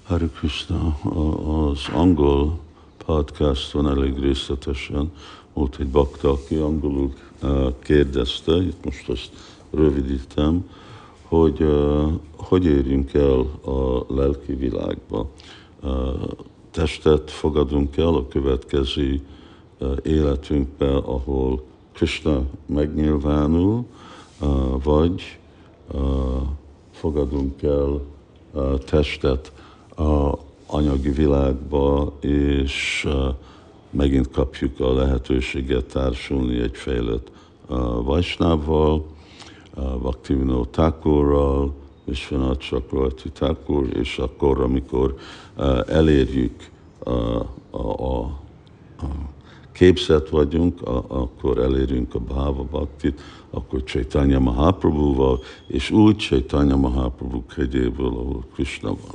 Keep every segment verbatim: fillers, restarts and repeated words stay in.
Hare Krishna, az angol podcaston elég részletesen volt egy bakta, aki angolul kérdezte, itt most azt rövidítem, hogy hogy érjünk el a lelki világba. Testet fogadunk el a következő életünkbe, ahol Krishna megnyilvánul, vagy fogadunk el testet a anyagi világba, és megint kapjuk a lehetőséget társulni egy fejlett Vaisnavval, Bhaktivinoda Thakurral, Vishwanath Chakravarti Thakur, és akkor, amikor elérjük a, a, a képzett vagyunk, a, akkor elérünk a Bhava Bhaktit, akkor Chaitanya Mahaprabhuval, és úgy Chaitanya Mahaprabhu kegyéből, ahol Krishna van.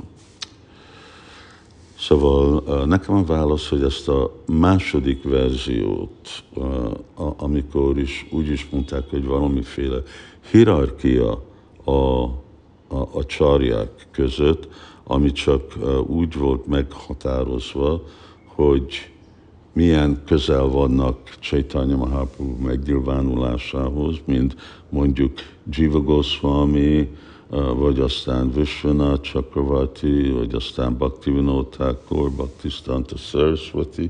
Szóval nekem a válasz, hogy ezt a második verziót, amikor is úgy is mondták, hogy valamiféle hierarchia a, a, a csarják között, ami csak úgy volt meghatározva, hogy milyen közel vannak Chaitanya Mahaprabhu megnyilvánulásához, mint mondjuk Jiva Goswami, vagy aztán Vishwanath Chakravarti, vagy aztán Bhaktivinoda Thakur, Bhaktisiddhanta Saraswati.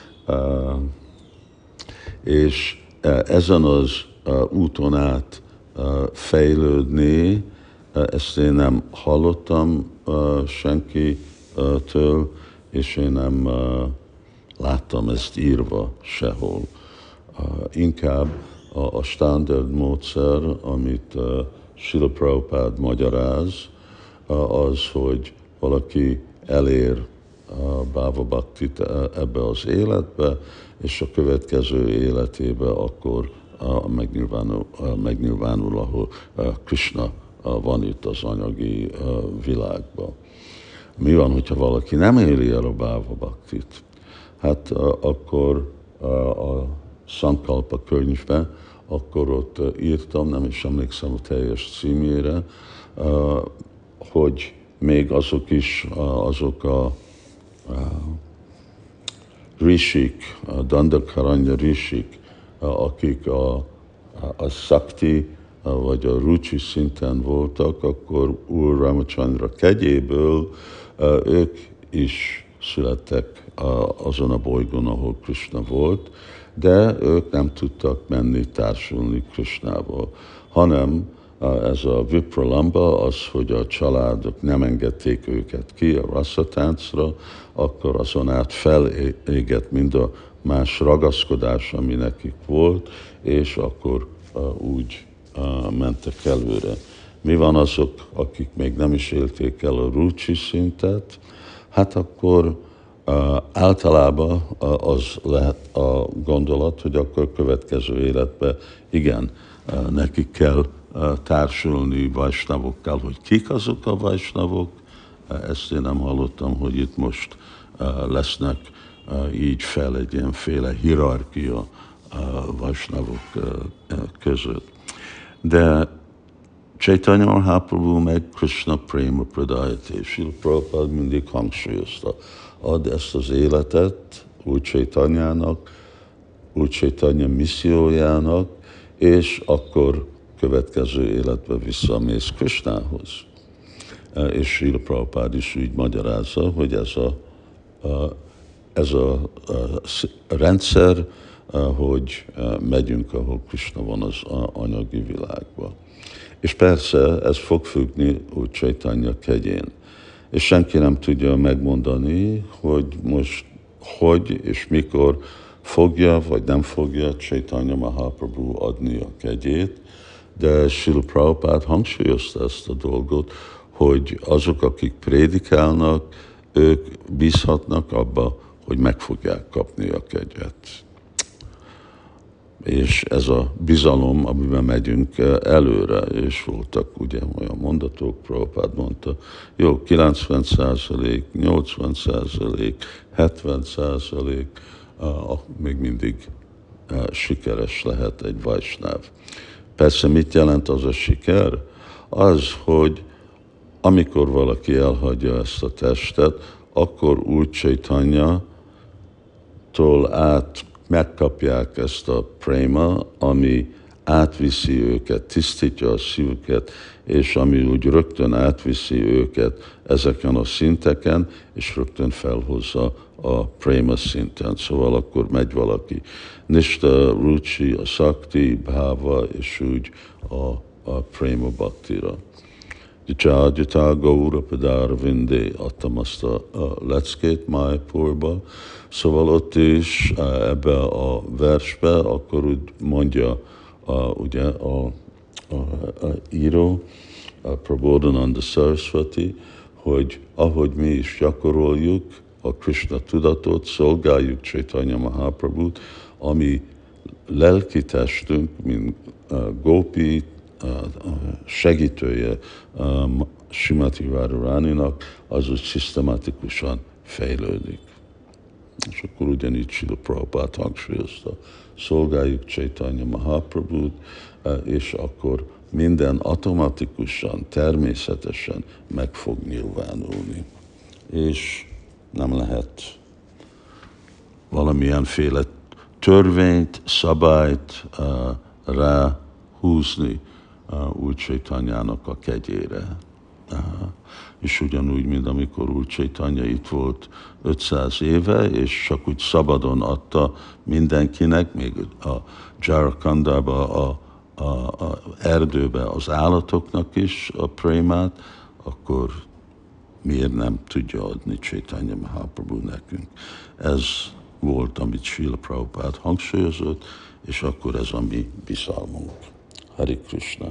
És ezen az úton át fejlődni, ezt én nem hallottam senkitől, és én nem láttam ezt írva sehol. Inkább a standard módszer, amit Srila Prabhupád magyaráz, az, hogy valaki elér a Bhava Bhaktit ebbe az életbe, és a következő életébe akkor megnyilvánul, megnyilvánul, ahol Krishna van itt az anyagi világban. Mi van, hogyha valaki nem éli el a Bhava Bhaktit? Hát akkor a Sankalpa könyvben, akkor ott írtam, nem is emlékszem a teljes címére, hogy még azok is, azok a rishik, a Dandakaranya rishik, akik a, a Sakti vagy a Ruchi szinten voltak, akkor Úr Ramachandra kegyéből ők is születtek azon a bolygón, ahol Krishna volt, de ők nem tudtak menni társulni Krishnával, hanem ez a Vipralamba, az, hogy a családok nem engedték őket ki a rasszatáncra, akkor azon át felégett mind a más ragaszkodás, ami nekik volt, és akkor úgy mentek előre. Mi van azok, akik még nem is élték el a Ruchi szintet? Hát akkor Uh, általában uh, az lehet a gondolat, hogy akkor következő életben igen, uh, nekik kell uh, társulni vajsnavokkal, hogy kik azok a vajsnavok, uh, ezt én nem hallottam, hogy itt most uh, lesznek uh, így fel egy ilyenféle hierarchia uh, vajsnavok uh, között. De Chaitanya Mahaprabhu meg Krishna Prema Pradayate, Srila Prabhupada mindig hangsúlyozta, ad ezt az életet Úr Chaitanyának, Úr Chaitanya missziójának, és akkor következő életbe visszamész Krishnához. És Srila Prabhupada is úgy magyarázza, hogy ez a, ez a, a rendszer, hogy megyünk, ahol Krishna van az anyagi világban. És persze ez fog függni Úr Chaitanya kegyén. És senki nem tudja megmondani, hogy most hogy és mikor fogja, vagy nem fogja Chaitanya Mahaprabhu adni a kegyét, de Srila Prabhupada hangsúlyozta ezt a dolgot, hogy azok, akik prédikálnak, ők bízhatnak abba, hogy meg fogják kapni a kegyet. És ez a bizalom, amiben megyünk előre, és voltak ugye olyan mondatok, Prabhupád mondta, jó, kilencven százalék, nyolcvan százalék, hetven százalék, még mindig sikeres lehet egy vajsnáv. Persze mit jelent az a siker? Az, hogy amikor valaki elhagyja ezt a testet, akkor Úr Chaitanya tól át megkapják ezt a préma, ami átviszi őket, tisztítja a szívüket, és ami úgy rögtön átviszi őket ezeken a szinteken, és rögtön felhozza a préma szinten. Szóval akkor megy valaki nishta, ruchi, a sakti, bhava, és úgy a, a préma baktira. Jajata Gaura Padar Vinde, adtam azt a, a leckét Májpurba, szóval ott is ebbe a versbe, akkor úgy mondja a, ugye a, a, a író, a Prabodhananda Saraswati, hogy ahogy mi is gyakoroljuk a Krishna tudatot, szolgáljuk Chaitanya Mahaprabhut, ami lelki testünk, mint uh, Gopi, segítője Srimati Radharaninak, az úgy szisztematikusan fejlődik. És akkor ugyanígy Srila Prabhupád hangsúlyozta, szolgáljuk Chaitanya Mahaprabhut, és akkor minden automatikusan, természetesen meg fog nyilvánulni. És nem lehet valamilyenféle törvényt, szabályt ráhúzni Úr Chaitanyának a kegyére. És ugyanúgy, mint amikor Úr Chaitanya itt volt ötszáz éve, és csak úgy szabadon adta mindenkinek, még a Jharikandába, a, a, a erdőbe az állatoknak is a prémát, akkor miért nem tudja adni Chaitanya Mahaprabhu nekünk? Ez volt, amit Srila Prabhupád hangsúlyozott, és akkor ez a mi bizalmunk. Hare Krishna.